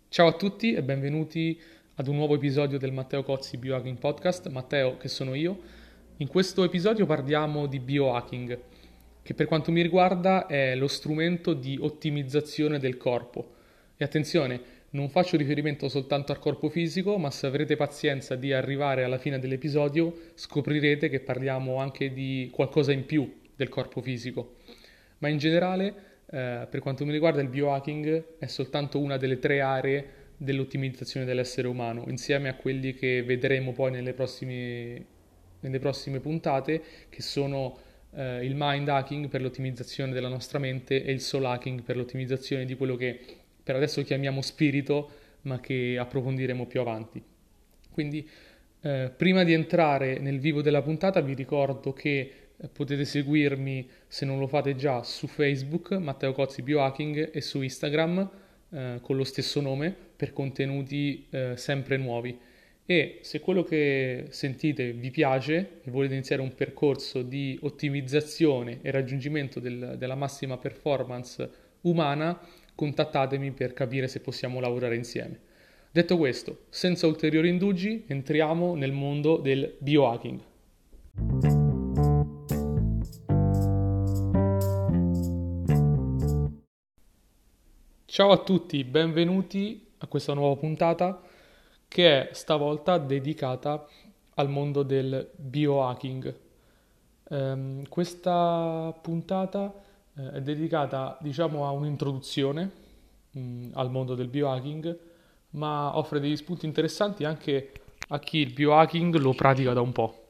Ciao a tutti e benvenuti ad un nuovo episodio del Matteo Cozzi Biohacking Podcast. Matteo, che sono io. In questo episodio parliamo di biohacking, che per quanto mi riguarda è lo strumento di ottimizzazione del corpo. E attenzione, non faccio riferimento soltanto al corpo fisico, ma se avrete pazienza di arrivare alla fine dell'episodio, scoprirete che parliamo anche di qualcosa in più del corpo fisico. Ma in generale, per quanto mi riguarda, il biohacking è soltanto una delle tre aree dell'ottimizzazione dell'essere umano, insieme a quelli che vedremo poi nelle prossime puntate, che sono il mind hacking per l'ottimizzazione della nostra mente e il soul hacking per l'ottimizzazione di quello che per adesso chiamiamo spirito, ma che approfondiremo più avanti. Quindi, prima di entrare nel vivo della puntata, vi ricordo che potete seguirmi, se non lo fate già, su Facebook, Matteo Cozzi Biohacking, e su Instagram, con lo stesso nome, per contenuti sempre nuovi. E se quello che sentite vi piace e volete iniziare un percorso di ottimizzazione e raggiungimento della massima performance umana, contattatemi per capire se possiamo lavorare insieme. Detto questo, senza ulteriori indugi, entriamo nel mondo del biohacking. Ciao a tutti, benvenuti a questa nuova puntata che è stavolta dedicata al mondo del biohacking. Questa puntata è dedicata, diciamo, a un'introduzione al mondo del biohacking, ma offre degli spunti interessanti anche a chi il biohacking lo pratica da un po'.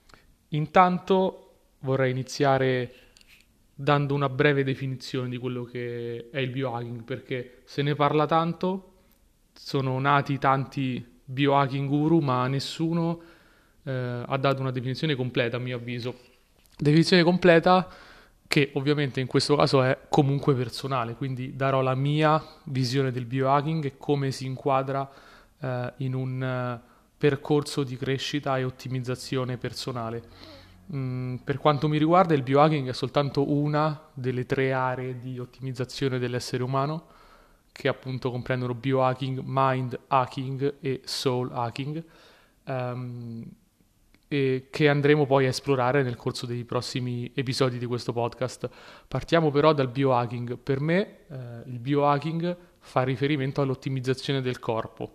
Intanto vorrei iniziare dando una breve definizione di quello che è il biohacking, perché se ne parla tanto, sono nati tanti biohacking guru, ma nessuno ha dato una definizione completa, a mio avviso. Definizione completa che ovviamente in questo caso è comunque personale, quindi darò la mia visione del biohacking e come si inquadra in un percorso di crescita e ottimizzazione personale. Per quanto mi riguarda, il biohacking è soltanto una delle tre aree di ottimizzazione dell'essere umano, che appunto comprendono biohacking, mind hacking e soul hacking, ehm, e che andremo poi a esplorare nel corso dei prossimi episodi di questo podcast. Partiamo però dal biohacking. Per me, il biohacking fa riferimento all'ottimizzazione del corpo.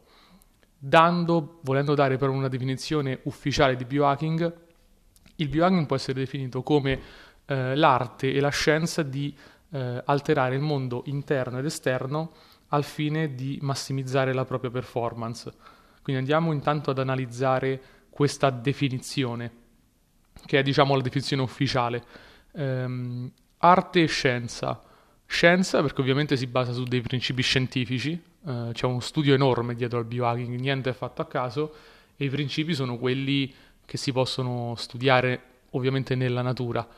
Volendo dare però una definizione ufficiale di biohacking, il biohacking può essere definito come l'arte e la scienza di alterare il mondo interno ed esterno al fine di massimizzare la propria performance. Quindi andiamo intanto ad analizzare questa definizione, che è diciamo la definizione ufficiale. Arte e scienza. Scienza perché ovviamente si basa su dei principi scientifici, c'è uno studio enorme dietro al biohacking, niente è fatto a caso, e i principi sono quelli che si possono studiare ovviamente nella natura.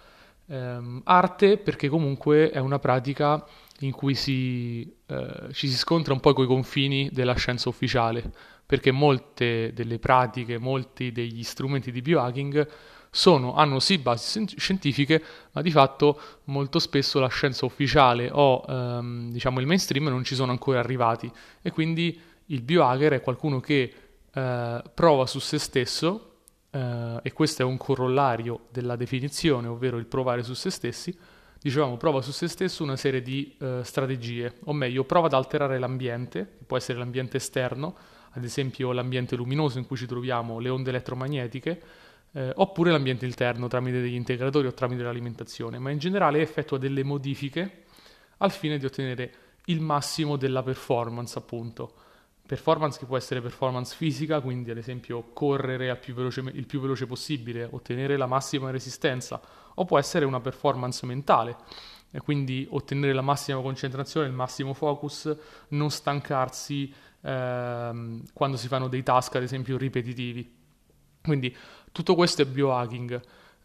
Arte perché comunque è una pratica in cui ci si scontra un po' coi confini della scienza ufficiale, perché molte delle pratiche, molti degli strumenti di biohacking hanno sì basi scientifiche, ma di fatto molto spesso la scienza ufficiale o diciamo il mainstream non ci sono ancora arrivati e quindi il biohacker è qualcuno che prova su se stesso e questo è un corollario della definizione, ovvero il provare su se stessi. Dicevamo, prova su se stesso una serie di strategie, o meglio, prova ad alterare l'ambiente, che può essere l'ambiente esterno, ad esempio l'ambiente luminoso in cui ci troviamo, le onde elettromagnetiche, oppure l'ambiente interno tramite degli integratori o tramite l'alimentazione, ma in generale effettua delle modifiche al fine di ottenere il massimo della performance, appunto. Performance che può essere performance fisica, quindi ad esempio correre il più veloce possibile, ottenere la massima resistenza, o può essere una performance mentale, e quindi ottenere la massima concentrazione, il massimo focus, non stancarsi quando si fanno dei task, ad esempio, ripetitivi. Quindi tutto questo è biohacking.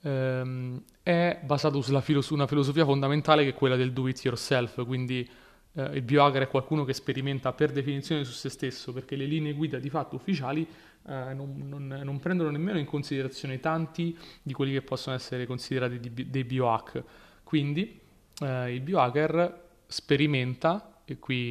È basato su una filosofia fondamentale che è quella del do it yourself, quindi il biohacker è qualcuno che sperimenta per definizione su se stesso, perché le linee guida di fatto ufficiali non prendono nemmeno in considerazione tanti di quelli che possono essere considerati dei biohack. Quindi il biohacker sperimenta, e qui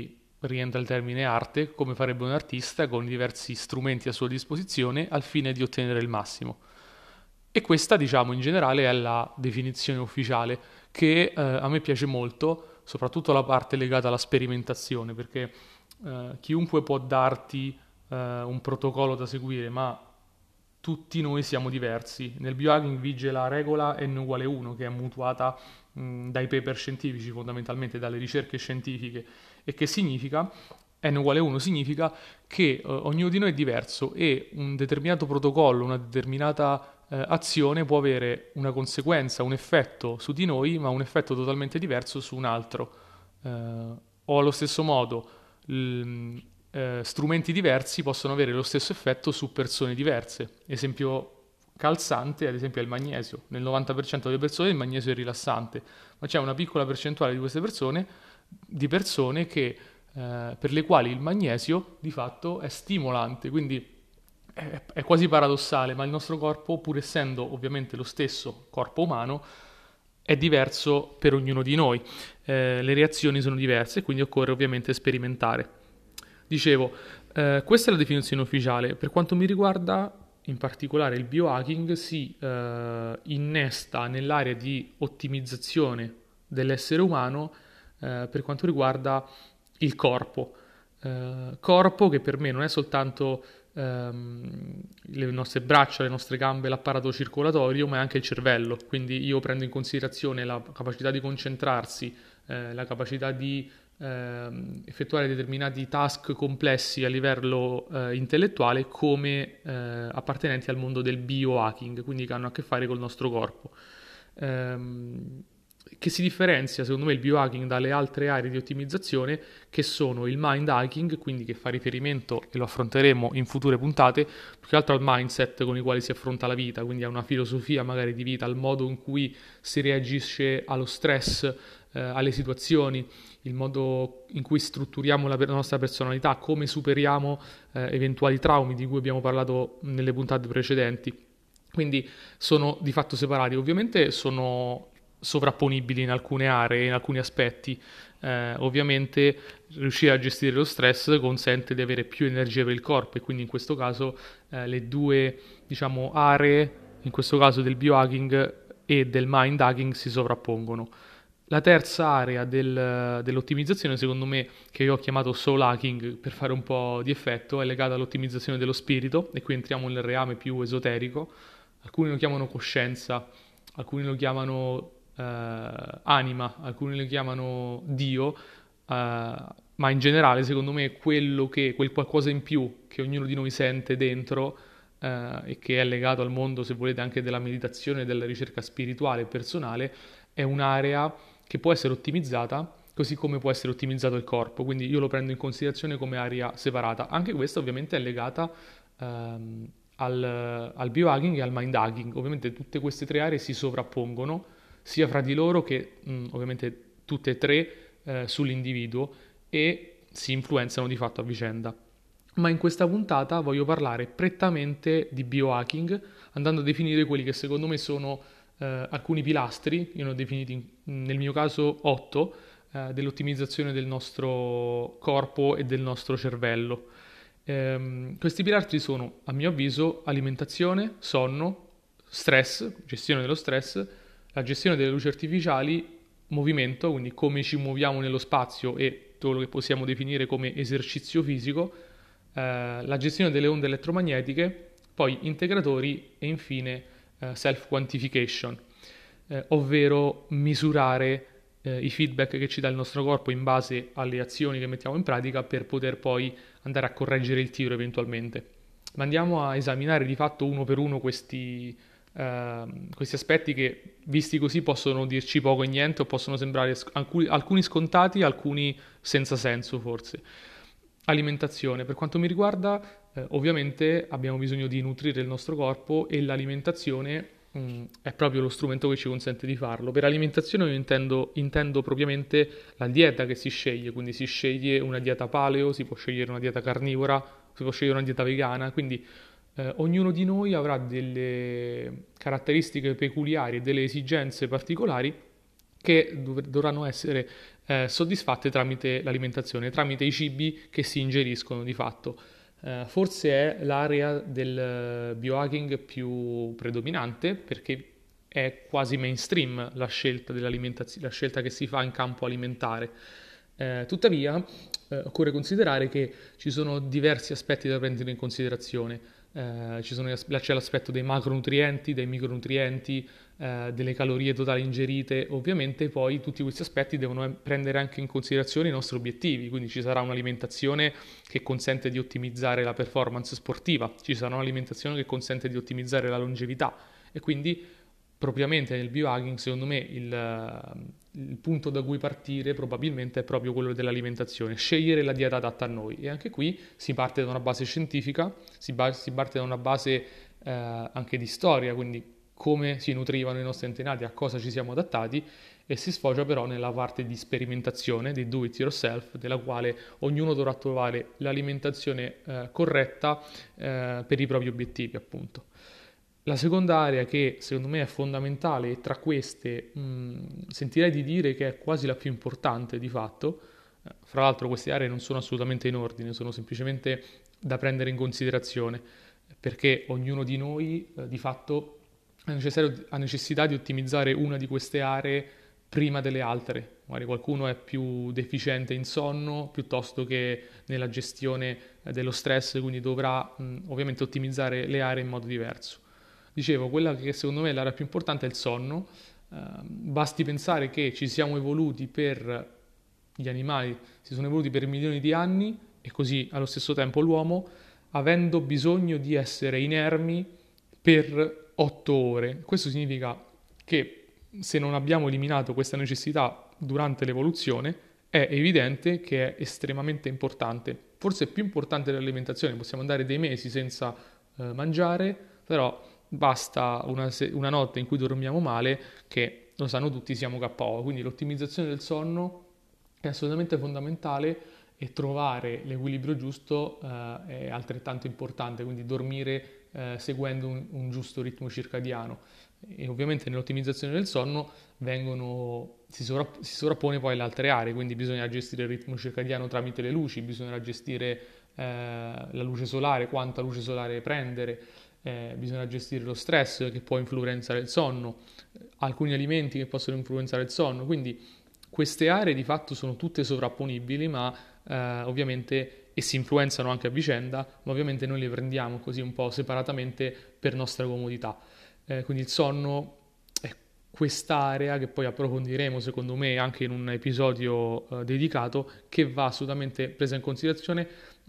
rientra il termine arte, come farebbe un artista con diversi strumenti a sua disposizione al fine di ottenere il massimo. E questa, diciamo, in generale è la definizione ufficiale che a me piace molto, soprattutto la parte legata alla sperimentazione, perché chiunque può darti un protocollo da seguire, ma tutti noi siamo diversi. Nel biohacking vige la regola n uguale 1, che è mutuata dai paper scientifici, fondamentalmente dalle ricerche scientifiche, e che significa, n uguale 1 significa che ognuno di noi è diverso e un determinato protocollo, una determinata azione può avere una conseguenza, un effetto su di noi, ma un effetto totalmente diverso su un altro. O allo stesso modo, strumenti diversi possono avere lo stesso effetto su persone diverse. Esempio calzante, ad esempio, è il magnesio. Nel 90% delle persone il magnesio è rilassante, ma c'è una piccola percentuale di queste persone, di persone che, per le quali il magnesio di fatto è stimolante, quindi è quasi paradossale, ma il nostro corpo, pur essendo ovviamente lo stesso corpo umano, è diverso per ognuno di noi. Le reazioni sono diverse, quindi occorre ovviamente sperimentare. Dicevo, questa è la definizione ufficiale. Per quanto mi riguarda, in particolare il biohacking si innesta nell'area di ottimizzazione dell'essere umano per quanto riguarda il corpo. Corpo che per me non è soltanto le nostre braccia, le nostre gambe, l'apparato circolatorio, ma è anche il cervello. Quindi io prendo in considerazione la capacità di concentrarsi, la capacità di effettuare determinati task complessi a livello intellettuale come appartenenti al mondo del biohacking, quindi che hanno a che fare col nostro corpo. Che si differenzia secondo me il biohacking dalle altre aree di ottimizzazione, che sono il mind hacking, quindi che fa riferimento, e lo affronteremo in future puntate, più che altro al mindset con il quale si affronta la vita, quindi a una filosofia magari di vita, al modo in cui si reagisce allo stress, alle situazioni, il modo in cui strutturiamo la nostra personalità, come superiamo eventuali traumi di cui abbiamo parlato nelle puntate precedenti. Quindi sono di fatto separati, ovviamente sono sovrapponibili in alcune aree, in alcuni aspetti. Ovviamente riuscire a gestire lo stress consente di avere più energia per il corpo, e quindi in questo caso le due, diciamo, aree, in questo caso del biohacking e del mind hacking, si sovrappongono. La terza area dell'ottimizzazione, secondo me, che io ho chiamato soul hacking per fare un po' di effetto, è legata all'ottimizzazione dello spirito, e qui entriamo nel reame più esoterico. Alcuni lo chiamano coscienza, alcuni lo chiamano anima, alcuni lo chiamano Dio, ma in generale, secondo me, quel qualcosa in più che ognuno di noi sente dentro, e che è legato al mondo, se volete, anche della meditazione e della ricerca spirituale e personale, è un'area che può essere ottimizzata così come può essere ottimizzato il corpo, quindi io lo prendo in considerazione come area separata. Anche questa ovviamente è legata al biohacking e al mind hacking. Ovviamente tutte queste tre aree si sovrappongono sia fra di loro che ovviamente tutte e tre sull'individuo, e si influenzano di fatto a vicenda. Ma in questa puntata voglio parlare prettamente di biohacking, andando a definire quelli che secondo me sono alcuni pilastri, io ne ho definiti nel mio caso 8, dell'ottimizzazione del nostro corpo e del nostro cervello. Questi pilastri sono, a mio avviso, alimentazione, sonno, stress, gestione dello stress, la gestione delle luci artificiali, movimento, quindi come ci muoviamo nello spazio e quello che possiamo definire come esercizio fisico, la gestione delle onde elettromagnetiche, poi integratori e infine self-quantification, ovvero misurare i feedback che ci dà il nostro corpo in base alle azioni che mettiamo in pratica per poter poi andare a correggere il tiro eventualmente. Ma andiamo a esaminare di fatto uno per uno questi aspetti che, visti così, possono dirci poco e niente, o possono sembrare alcuni scontati, alcuni senza senso forse. Alimentazione, per quanto mi riguarda, ovviamente abbiamo bisogno di nutrire il nostro corpo, e l'alimentazione è proprio lo strumento che ci consente di farlo. Per alimentazione io intendo propriamente la dieta che si sceglie, quindi si sceglie una dieta paleo, si può scegliere una dieta carnivora, si può scegliere una dieta vegana, quindi ognuno di noi avrà delle caratteristiche peculiari e delle esigenze particolari che dovranno essere soddisfatte tramite l'alimentazione, tramite i cibi che si ingeriscono di fatto. Forse è l'area del biohacking più predominante perché è quasi mainstream la scelta dell'alimentazione, la scelta che si fa in campo alimentare. Tuttavia, occorre considerare che ci sono diversi aspetti da prendere in considerazione. C'è l'aspetto dei macronutrienti, dei micronutrienti, delle calorie totali ingerite. Ovviamente poi tutti questi aspetti devono prendere anche in considerazione i nostri obiettivi, quindi ci sarà un'alimentazione che consente di ottimizzare la performance sportiva, ci sarà un'alimentazione che consente di ottimizzare la longevità e quindi propriamente nel biohacking, secondo me, il punto da cui partire probabilmente è proprio quello dell'alimentazione, scegliere la dieta adatta a noi. E anche qui si parte da una base scientifica, si parte da una base anche di storia, quindi come si nutrivano i nostri antenati, a cosa ci siamo adattati, e si sfocia però nella parte di sperimentazione, di do it yourself, della quale ognuno dovrà trovare l'alimentazione corretta per i propri obiettivi, appunto. La seconda area che secondo me è fondamentale e tra queste sentirei di dire che è quasi la più importante di fatto, fra l'altro queste aree non sono assolutamente in ordine, sono semplicemente da prendere in considerazione, perché ognuno di noi di fatto ha necessità di ottimizzare una di queste aree prima delle altre. Magari qualcuno è più deficiente in sonno piuttosto che nella gestione dello stress, quindi dovrà ovviamente ottimizzare le aree in modo diverso. Dicevo, quella che secondo me è l'area più importante è il sonno. Basti pensare che ci siamo evoluti gli animali si sono evoluti per milioni di anni e così allo stesso tempo l'uomo, avendo bisogno di essere inermi per 8 ore. Questo significa che se non abbiamo eliminato questa necessità durante l'evoluzione, è evidente che è estremamente importante. Forse è più importante dell'alimentazione, possiamo andare dei mesi senza mangiare, però basta una notte in cui dormiamo male che, lo sanno tutti, siamo KO. Quindi l'ottimizzazione del sonno è assolutamente fondamentale e trovare l'equilibrio giusto è altrettanto importante, quindi dormire seguendo un giusto ritmo circadiano. E ovviamente nell'ottimizzazione del sonno si sovrappone poi alle altre aree, quindi bisogna gestire il ritmo circadiano tramite le luci, bisogna gestire la luce solare, quanta luce solare prendere, bisogna gestire lo stress che può influenzare il sonno, alcuni alimenti che possono influenzare il sonno, quindi queste aree di fatto sono tutte sovrapponibili, ma ovviamente e si influenzano anche a vicenda, ma ovviamente noi le prendiamo così un po' separatamente per nostra comodità. Quindi il sonno è quest'area che poi approfondiremo secondo me anche in un episodio dedicato, che va assolutamente presa in considerazione.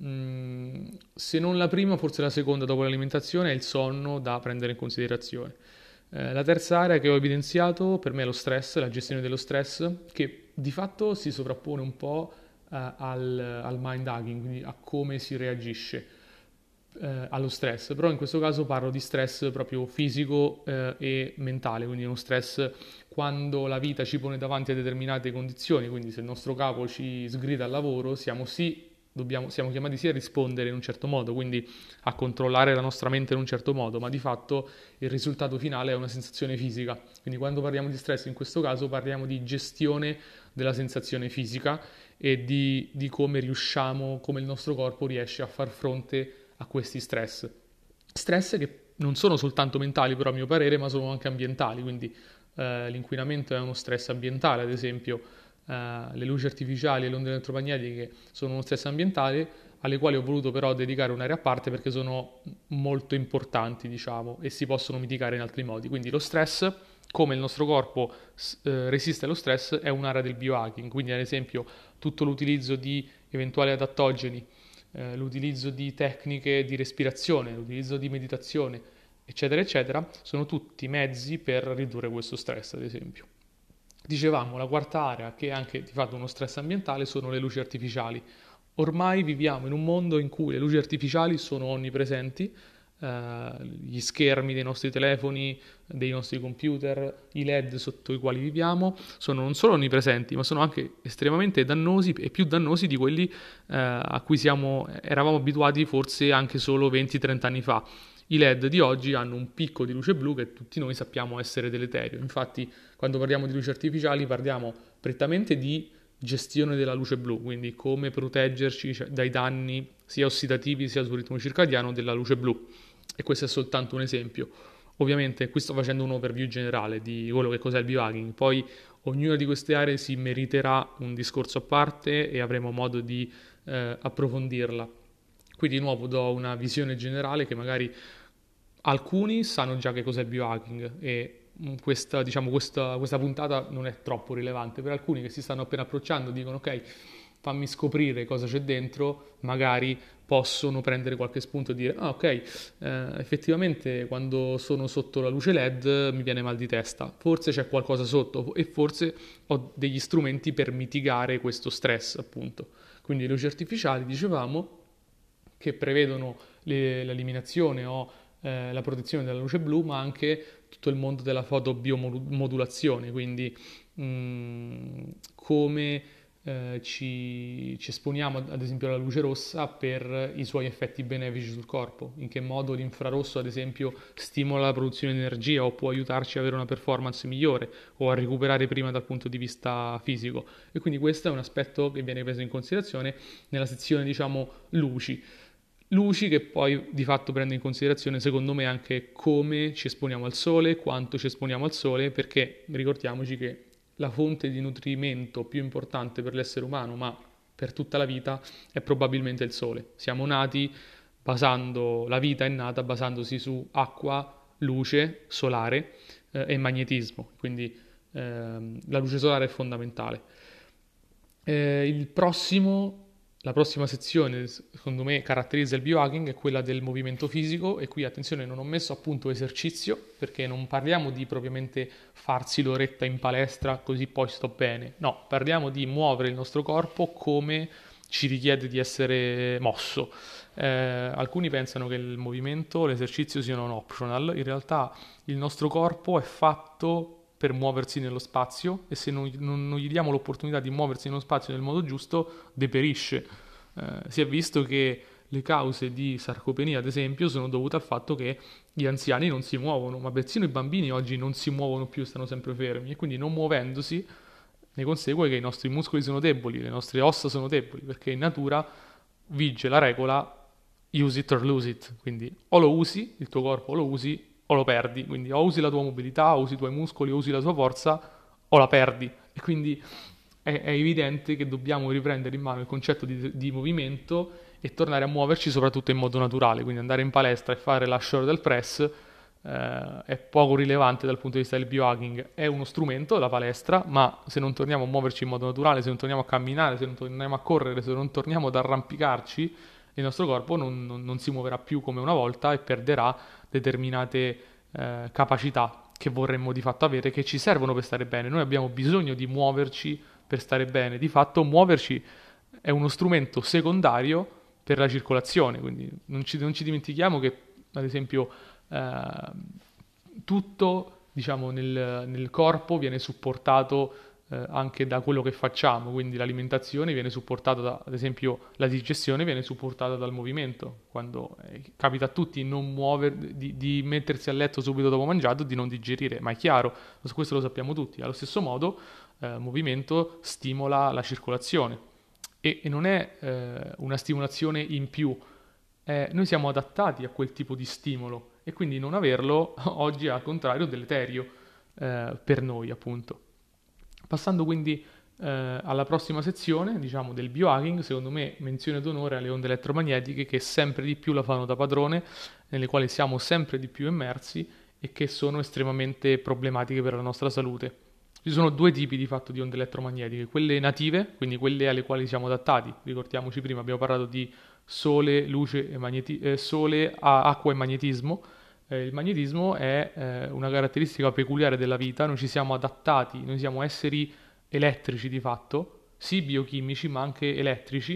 Se non la prima, forse la seconda dopo l'alimentazione è il sonno da prendere in considerazione. La terza area che ho evidenziato per me è lo stress, la gestione dello stress, che di fatto si sovrappone un po' al mind hacking, quindi a come si reagisce allo stress, però in questo caso parlo di stress proprio fisico e mentale, quindi uno stress quando la vita ci pone davanti a determinate condizioni, quindi se il nostro capo ci sgrida al lavoro siamo chiamati sì a rispondere in un certo modo, quindi a controllare la nostra mente in un certo modo, ma di fatto il risultato finale è una sensazione fisica. Quindi quando parliamo di stress in questo caso parliamo di gestione della sensazione fisica e di come come il nostro corpo riesce a far fronte a questi stress. Stress che non sono soltanto mentali però a mio parere, ma sono anche ambientali, quindi l'inquinamento è uno stress ambientale, ad esempio le luci artificiali e le onde elettromagnetiche sono uno stress ambientale alle quali ho voluto però dedicare un'area a parte perché sono molto importanti, diciamo, e si possono mitigare in altri modi. Quindi lo stress, come il nostro corpo resiste allo stress, è un'area del biohacking, quindi ad esempio tutto l'utilizzo di eventuali adattogeni, l'utilizzo di tecniche di respirazione, l'utilizzo di meditazione, eccetera, eccetera, sono tutti mezzi per ridurre questo stress, ad esempio. Dicevamo, la quarta area, che è anche di fatto uno stress ambientale, sono le luci artificiali. Ormai viviamo in un mondo in cui le luci artificiali sono onnipresenti, gli schermi dei nostri telefoni, dei nostri computer, i LED sotto i quali viviamo, sono non solo onnipresenti, ma sono anche estremamente dannosi e più dannosi di quelli a cui eravamo abituati forse anche solo 20-30 anni fa. I LED di oggi hanno un picco di luce blu che tutti noi sappiamo essere deleterio. Infatti, quando parliamo di luci artificiali, parliamo prettamente di gestione della luce blu, quindi come proteggerci dai danni sia ossidativi sia sul ritmo circadiano della luce blu. E questo è soltanto un esempio. Ovviamente qui sto facendo un overview generale di quello che cos'è il biohacking, poi ognuna di queste aree si meriterà un discorso a parte e avremo modo di approfondirla. Qui di nuovo do una visione generale che magari alcuni sanno già che cos'è il biohacking e questa puntata non è troppo rilevante per alcuni che si stanno appena approcciando, dicono ok, fammi scoprire cosa c'è dentro, magari possono prendere qualche spunto e dire effettivamente quando sono sotto la luce LED mi viene mal di testa, forse c'è qualcosa sotto e forse ho degli strumenti per mitigare questo stress, appunto. Quindi le luci artificiali, dicevamo, che prevedono l'eliminazione o la protezione della luce blu, ma anche tutto il mondo della fotobiomodulazione, quindi come ci esponiamo ad esempio alla luce rossa per i suoi effetti benefici sul corpo, in che modo l'infrarosso ad esempio stimola la produzione di energia o può aiutarci ad avere una performance migliore o a recuperare prima dal punto di vista fisico, e quindi questo è un aspetto che viene preso in considerazione nella sezione diciamo luci che poi di fatto prende in considerazione secondo me anche come ci esponiamo al sole, quanto ci esponiamo al sole, perché ricordiamoci che la fonte di nutrimento più importante per l'essere umano, ma per tutta la vita, è probabilmente il sole. Siamo nati la vita è nata basandosi su acqua, luce solare e magnetismo, quindi la luce solare è fondamentale. La prossima sezione, secondo me, caratterizza il biohacking è quella del movimento fisico, e qui attenzione, non ho messo appunto esercizio perché non parliamo di propriamente farsi l'oretta in palestra così poi sto bene, no, parliamo di muovere il nostro corpo come ci richiede di essere mosso. Alcuni pensano che il movimento, l'esercizio siano un optional, in realtà il nostro corpo è fatto per muoversi nello spazio, e se non gli diamo l'opportunità di muoversi nello spazio nel modo giusto, deperisce. Si è visto che le cause di sarcopenia, ad esempio, sono dovute al fatto che gli anziani non si muovono, ma persino i bambini oggi non si muovono più, stanno sempre fermi, e quindi non muovendosi ne consegue che i nostri muscoli sono deboli, le nostre ossa sono deboli, perché in natura vige la regola use it or lose it, quindi o lo usi, il tuo corpo lo usi, o lo perdi, quindi o usi la tua mobilità, o usi i tuoi muscoli, o usi la tua forza, o la perdi. E quindi è evidente che dobbiamo riprendere in mano il concetto di movimento e tornare a muoverci soprattutto in modo naturale, quindi andare in palestra e fare la shoulder press è poco rilevante dal punto di vista del biohacking. È uno strumento, la palestra, ma se non torniamo a muoverci in modo naturale, se non torniamo a camminare, se non torniamo a correre, se non torniamo ad arrampicarci, il nostro corpo non si muoverà più come una volta e perderà determinate capacità che vorremmo di fatto avere, che ci servono per stare bene. Noi abbiamo bisogno di muoverci per stare bene. Di fatto muoverci è uno strumento secondario per la circolazione, quindi non ci dimentichiamo che ad esempio tutto diciamo nel corpo viene supportato anche da quello che facciamo, quindi l'alimentazione viene supportata ad esempio la digestione viene supportata dal movimento. Quando capita a tutti di mettersi a letto subito dopo mangiato, di non digerire, ma è chiaro, questo lo sappiamo tutti. Allo stesso modo il movimento stimola la circolazione e non è una stimolazione in più, noi siamo adattati a quel tipo di stimolo e quindi non averlo oggi è al contrario deleterio per noi, appunto. Passando quindi alla prossima sezione, diciamo, del biohacking, secondo me menzione d'onore alle onde elettromagnetiche che sempre di più la fanno da padrone, nelle quali siamo sempre di più immersi e che sono estremamente problematiche per la nostra salute. Ci sono due tipi di fatto di onde elettromagnetiche, quelle native, quindi quelle alle quali siamo adattati. Ricordiamoci prima, abbiamo parlato di sole, luce e sole, acqua e magnetismo. Il magnetismo è una caratteristica peculiare della vita, noi ci siamo adattati, noi siamo esseri elettrici di fatto, sì biochimici ma anche elettrici,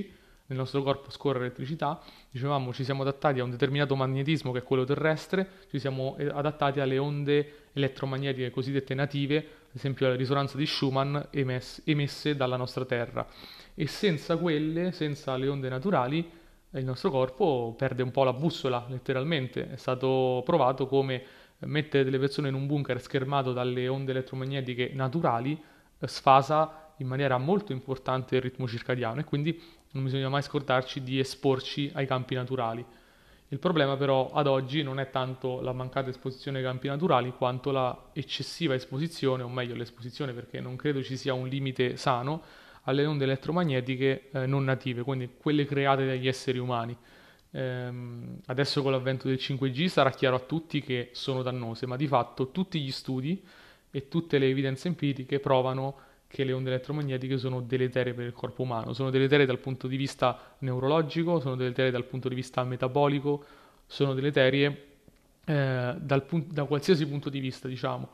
nel nostro corpo scorre elettricità. Dicevamo, ci siamo adattati a un determinato magnetismo che è quello terrestre, ci siamo adattati alle onde elettromagnetiche cosiddette native, ad esempio la risonanza di Schumann emesse dalla nostra Terra. E senza quelle, senza le onde naturali, il nostro corpo perde un po' la bussola, letteralmente. È stato provato come mettere delle persone in un bunker schermato dalle onde elettromagnetiche naturali sfasa in maniera molto importante il ritmo circadiano, e quindi non bisogna mai scordarci di esporci ai campi naturali. Il problema però ad oggi non è tanto la mancata esposizione ai campi naturali quanto la eccessiva esposizione, o meglio l'esposizione, perché non credo ci sia un limite sano, alle onde elettromagnetiche non native, quindi quelle create dagli esseri umani. Adesso con l'avvento del 5G sarà chiaro a tutti che sono dannose, ma di fatto tutti gli studi e tutte le evidenze empiriche provano che le onde elettromagnetiche sono deleterie per il corpo umano, sono deleterie dal punto di vista neurologico, sono deleterie dal punto di vista metabolico, sono deleterie da qualsiasi punto di vista, diciamo.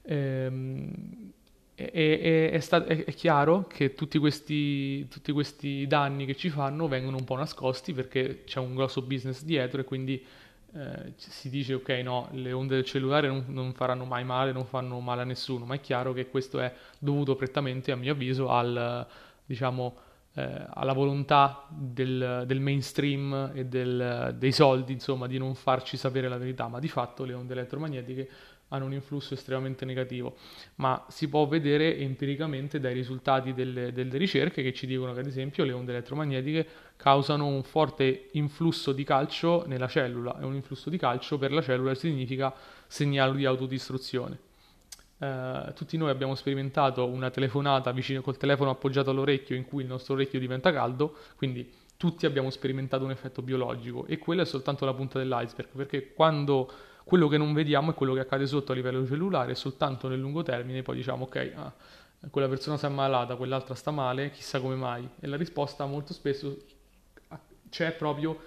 È chiaro che tutti questi danni che ci fanno vengono un po' nascosti perché c'è un grosso business dietro, e quindi si dice ok, no, le onde del cellulare non faranno mai male, non fanno male a nessuno, ma è chiaro che questo è dovuto prettamente, a mio avviso, diciamo, alla volontà del mainstream e dei soldi, insomma, di non farci sapere la verità, ma di fatto le onde elettromagnetiche hanno un influsso estremamente negativo, ma si può vedere empiricamente dai risultati delle ricerche che ci dicono che ad esempio le onde elettromagnetiche causano un forte influsso di calcio nella cellula, e un influsso di calcio per la cellula significa segnale di autodistruzione. Tutti noi abbiamo sperimentato una telefonata vicino col telefono appoggiato all'orecchio in cui il nostro orecchio diventa caldo, quindi tutti abbiamo sperimentato un effetto biologico, e quello è soltanto la punta dell'iceberg, perché quando quello che non vediamo è quello che accade sotto a livello cellulare, e soltanto nel lungo termine poi diciamo ok, quella persona si è ammalata, quell'altra sta male, chissà come mai, e la risposta molto spesso c'è proprio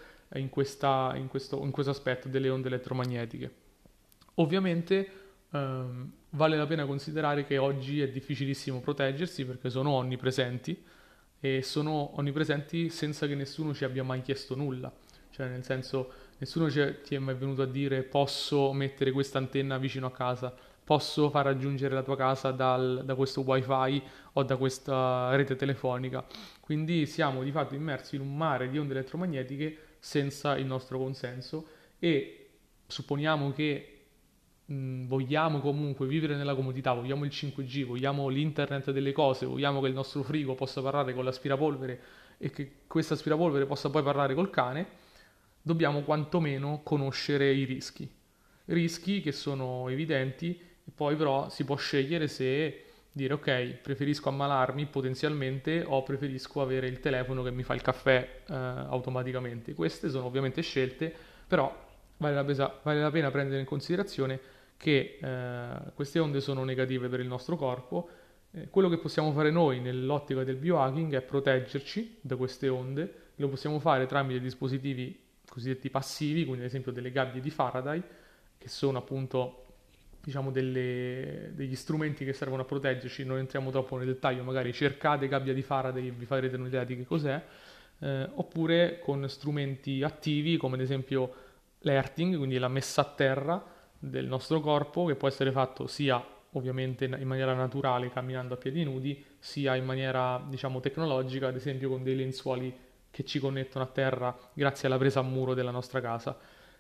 in questo aspetto delle onde elettromagnetiche. Ovviamente vale la pena considerare che oggi è difficilissimo proteggersi perché sono onnipresenti, e sono onnipresenti senza che nessuno ci abbia mai chiesto nulla. Cioè, nel senso, nessuno ti è mai venuto a dire posso mettere questa antenna vicino a casa, posso far raggiungere la tua casa da questo wifi o da questa rete telefonica. Quindi siamo di fatto immersi in un mare di onde elettromagnetiche senza il nostro consenso, e supponiamo che vogliamo comunque vivere nella comodità, vogliamo il 5G, vogliamo l'internet delle cose, vogliamo che il nostro frigo possa parlare con l'aspirapolvere e che questo aspirapolvere possa poi parlare col cane, dobbiamo quantomeno conoscere i rischi. Rischi che sono evidenti, e poi però si può scegliere se dire ok, preferisco ammalarmi potenzialmente o preferisco avere il telefono che mi fa il caffè automaticamente. Queste sono ovviamente scelte, però vale la pena prendere in considerazione che queste onde sono negative per il nostro corpo. Quello che possiamo fare noi nell'ottica del biohacking è proteggerci da queste onde. Lo possiamo fare tramite dispositivi cosiddetti passivi, quindi ad esempio delle gabbie di Faraday, che sono appunto diciamo degli strumenti che servono a proteggerci. Non entriamo troppo nel dettaglio, magari cercate gabbia di Faraday e vi farete un'idea di che cos'è, oppure con strumenti attivi come ad esempio l'earthing, quindi la messa a terra del nostro corpo, che può essere fatto sia ovviamente in maniera naturale camminando a piedi nudi, sia in maniera diciamo tecnologica, ad esempio con dei lenzuoli che ci connettono a terra grazie alla presa a muro della nostra casa.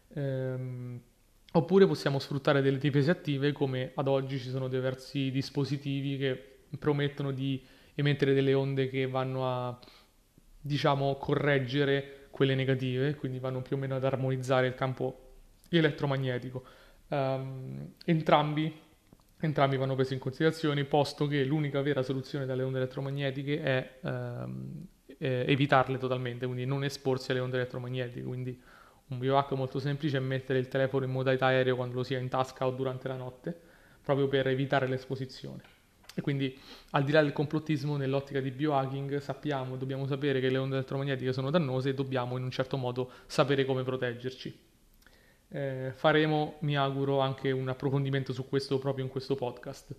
Oppure possiamo sfruttare delle difese attive, come ad oggi ci sono diversi dispositivi che promettono di emettere delle onde che vanno a diciamo correggere quelle negative, quindi vanno più o meno ad armonizzare il campo elettromagnetico. Entrambi vanno presi in considerazione, posto che l'unica vera soluzione dalle onde elettromagnetiche è evitarle totalmente, quindi non esporsi alle onde elettromagnetiche. Quindi un biohack molto semplice è mettere il telefono in modalità aereo quando lo si ha in tasca o durante la notte, proprio per evitare l'esposizione. E quindi, al di là del complottismo, nell'ottica di biohacking dobbiamo sapere che le onde elettromagnetiche sono dannose, e dobbiamo in un certo modo sapere come proteggerci. Faremo, mi auguro, anche un approfondimento su questo proprio in questo podcast.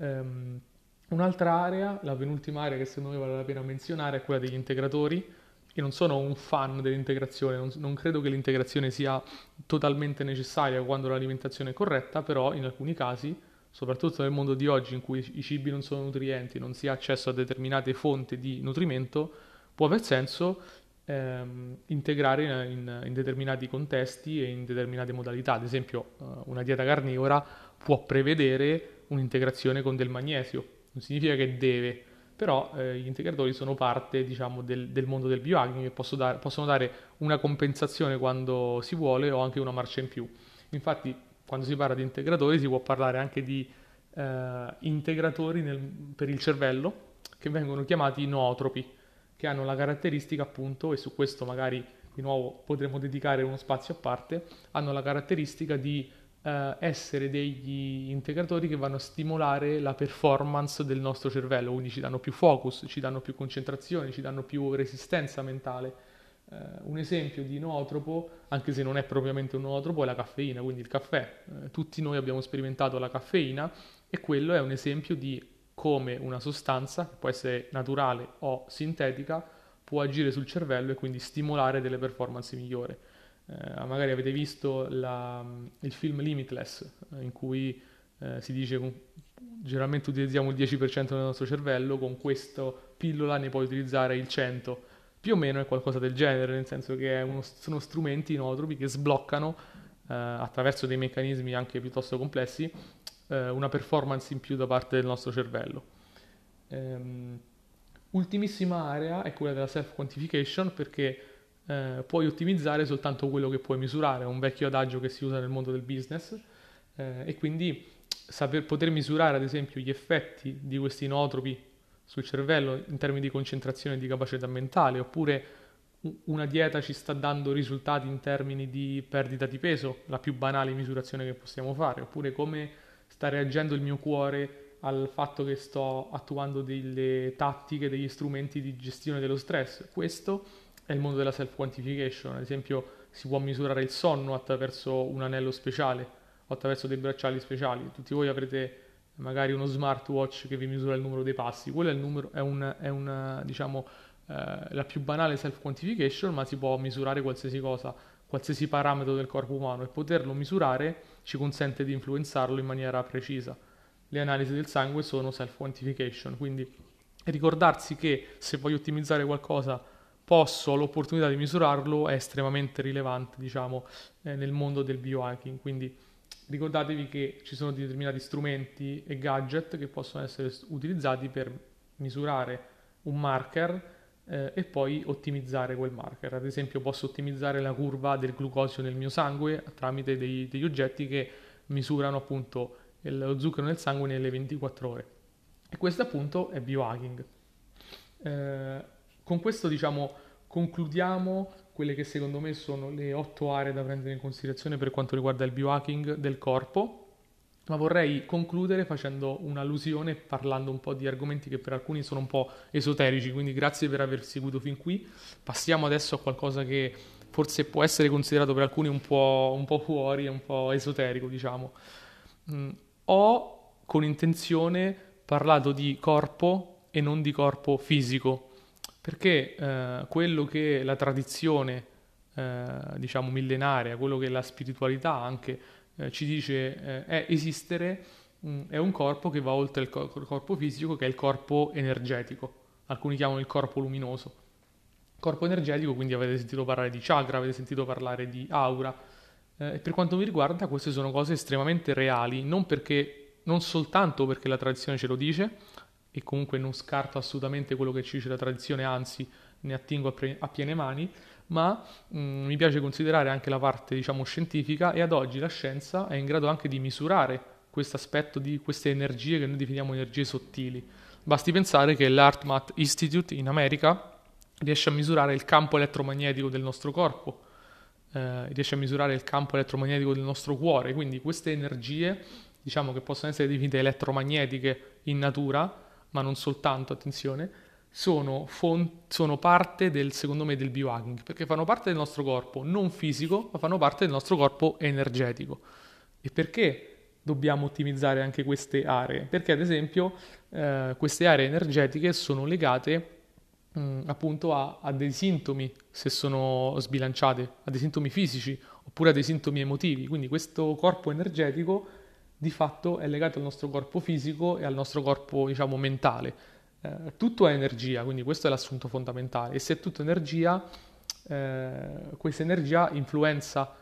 Un'altra area, la penultima area che secondo me vale la pena menzionare, è quella degli integratori, io non sono un fan dell'integrazione, non credo che l'integrazione sia totalmente necessaria quando l'alimentazione è corretta, però in alcuni casi, soprattutto nel mondo di oggi in cui i cibi non sono nutrienti, non si ha accesso a determinate fonti di nutrimento, può aver senso integrare in determinati contesti e in determinate modalità. Ad esempio, una dieta carnivora può prevedere un'integrazione con del magnesio, non significa che deve, però gli integratori sono parte, diciamo, del mondo del biohacking e possono dare una compensazione quando si vuole o anche una marcia in più. Infatti, quando si parla di integratori si può parlare anche di integratori per il cervello che vengono chiamati nootropi, che hanno la caratteristica appunto, e su questo magari di nuovo potremo dedicare uno spazio a parte, hanno la caratteristica di essere degli integratori che vanno a stimolare la performance del nostro cervello, quindi ci danno più focus, ci danno più concentrazione, ci danno più resistenza mentale. Un esempio di nootropo, anche se non è propriamente un nootropo, è la caffeina, quindi il caffè. Tutti noi abbiamo sperimentato la caffeina e quello è un esempio di come una sostanza, che può essere naturale o sintetica, può agire sul cervello e quindi stimolare delle performance migliori. Magari avete visto il film Limitless, in cui si dice che generalmente utilizziamo il 10% del nostro cervello, con questa pillola ne puoi utilizzare il 100%. Più o meno è qualcosa del genere, nel senso che sono strumenti inotropi che sbloccano attraverso dei meccanismi anche piuttosto complessi una performance in più da parte del nostro cervello. Ultimissima area è quella della self-quantification, perché puoi ottimizzare soltanto quello che puoi misurare, è un vecchio adagio che si usa nel mondo del business, e quindi poter misurare ad esempio gli effetti di questi inotropi sul cervello in termini di concentrazione e di capacità mentale, oppure una dieta ci sta dando risultati in termini di perdita di peso, la più banale misurazione che possiamo fare, oppure come sta reagendo il mio cuore al fatto che sto attuando delle tattiche, degli strumenti di gestione dello stress. Questo è il mondo della self-quantification. Ad esempio si può misurare il sonno attraverso un anello speciale o attraverso dei bracciali speciali. Tutti voi avrete magari uno smartwatch che vi misura il numero dei passi. Quello è il numero, diciamo, la più banale self-quantification, ma si può misurare qualsiasi cosa, qualsiasi parametro del corpo umano, e poterlo misurare ci consente di influenzarlo in maniera precisa. Le analisi del sangue sono self-quantification, quindi ricordarsi che se voglio ottimizzare qualcosa ho l'opportunità di misurarlo è estremamente rilevante, diciamo, nel mondo del biohacking. Quindi ricordatevi che ci sono determinati strumenti e gadget che possono essere utilizzati per misurare un marker e poi ottimizzare quel marker. Ad esempio posso ottimizzare la curva del glucosio nel mio sangue tramite degli oggetti che misurano appunto lo zucchero nel sangue nelle 24 ore. E questo appunto è biohacking. Con questo diciamo concludiamo quelle che secondo me sono le 8 aree da prendere in considerazione per quanto riguarda il biohacking del corpo, ma vorrei concludere facendo un'allusione, parlando un po' di argomenti che per alcuni sono un po' esoterici, quindi grazie per aver seguito fin qui. Passiamo adesso a qualcosa che forse può essere considerato per alcuni un po' fuori, un po' esoterico, diciamo. Ho con intenzione parlato di corpo e non di corpo fisico, perché quello che la tradizione, diciamo millenaria, quello che la spiritualità anche ci dice è esistere, è un corpo che va oltre il corpo fisico, che è il corpo energetico. Alcuni chiamano il corpo luminoso. Corpo energetico, quindi avete sentito parlare di chakra, avete sentito parlare di aura. E per quanto mi riguarda, queste sono cose estremamente reali, non soltanto perché la tradizione ce lo dice, e comunque non scarto assolutamente quello che ci dice la tradizione, anzi ne attingo a piene mani, ma mi piace considerare anche la parte, diciamo, scientifica, e ad oggi la scienza è in grado anche di misurare questo aspetto di queste energie che noi definiamo energie sottili. Basti pensare che l'HeartMath Institute in America riesce a misurare il campo elettromagnetico del nostro corpo, riesce a misurare il campo elettromagnetico del nostro cuore, quindi queste energie, diciamo, che possono essere definite elettromagnetiche in natura, ma non soltanto, attenzione, sono parte secondo me, del biohacking, perché fanno parte del nostro corpo non fisico, ma fanno parte del nostro corpo energetico. E perché dobbiamo ottimizzare anche queste aree? Perché ad esempio queste aree energetiche sono legate appunto a dei sintomi se sono sbilanciate, a dei sintomi fisici oppure a dei sintomi emotivi. Quindi questo corpo energetico di fatto è legato al nostro corpo fisico e al nostro corpo, diciamo, mentale. Tutto è energia, quindi questo è l'assunto fondamentale. E se è tutto energia, questa energia influenza,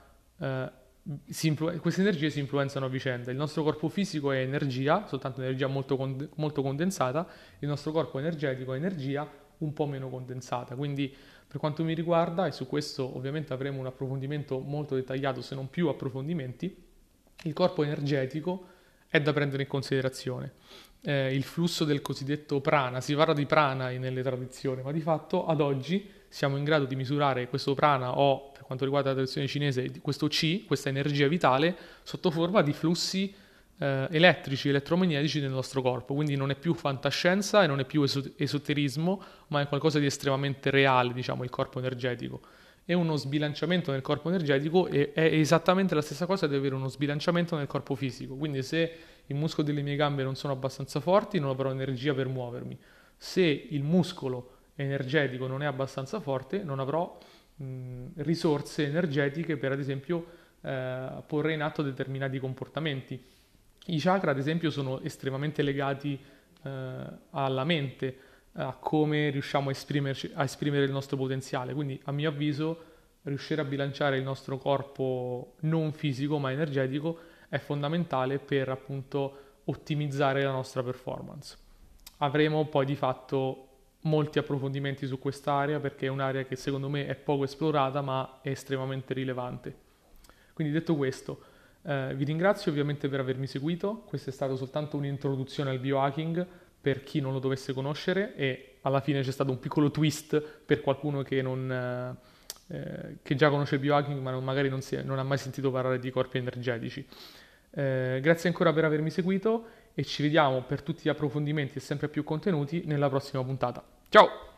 queste energie si influenzano a vicenda. Il nostro corpo fisico è energia, soltanto energia molto condensata, il nostro corpo energetico è energia un po' meno condensata. Quindi per quanto mi riguarda, e su questo ovviamente avremo un approfondimento molto dettagliato, se non più approfondimenti, il corpo energetico è da prendere in considerazione. Il flusso del cosiddetto prana, si parla di prana nelle tradizioni, ma di fatto ad oggi siamo in grado di misurare questo prana o, per quanto riguarda la tradizione cinese, questo chi, questa energia vitale, sotto forma di flussi elettrici, elettromagnetici nel nostro corpo. Quindi non è più fantascienza e non è più esoterismo, ma è qualcosa di estremamente reale, diciamo, il corpo energetico. E uno sbilanciamento nel corpo energetico è esattamente la stessa cosa di avere uno sbilanciamento nel corpo fisico. Quindi se i muscoli delle mie gambe non sono abbastanza forti, non avrò energia per muovermi. Se il muscolo energetico non è abbastanza forte, non avrò risorse energetiche per, ad esempio, porre in atto determinati comportamenti. I chakra, ad esempio, sono estremamente legati alla mente, a come riusciamo a esprimere il nostro potenziale. Quindi, a mio avviso, riuscire a bilanciare il nostro corpo non fisico ma energetico è fondamentale per appunto ottimizzare la nostra performance. Avremo poi di fatto molti approfondimenti su quest'area perché è un'area che secondo me è poco esplorata ma è estremamente rilevante. Quindi detto questo, vi ringrazio ovviamente per avermi seguito, questa è stata soltanto un'introduzione al biohacking per chi non lo dovesse conoscere e alla fine c'è stato un piccolo twist per qualcuno che già conosce il biohacking ma magari non ha mai sentito parlare di corpi energetici. Grazie ancora per avermi seguito e ci vediamo per tutti gli approfondimenti e sempre più contenuti nella prossima puntata. Ciao!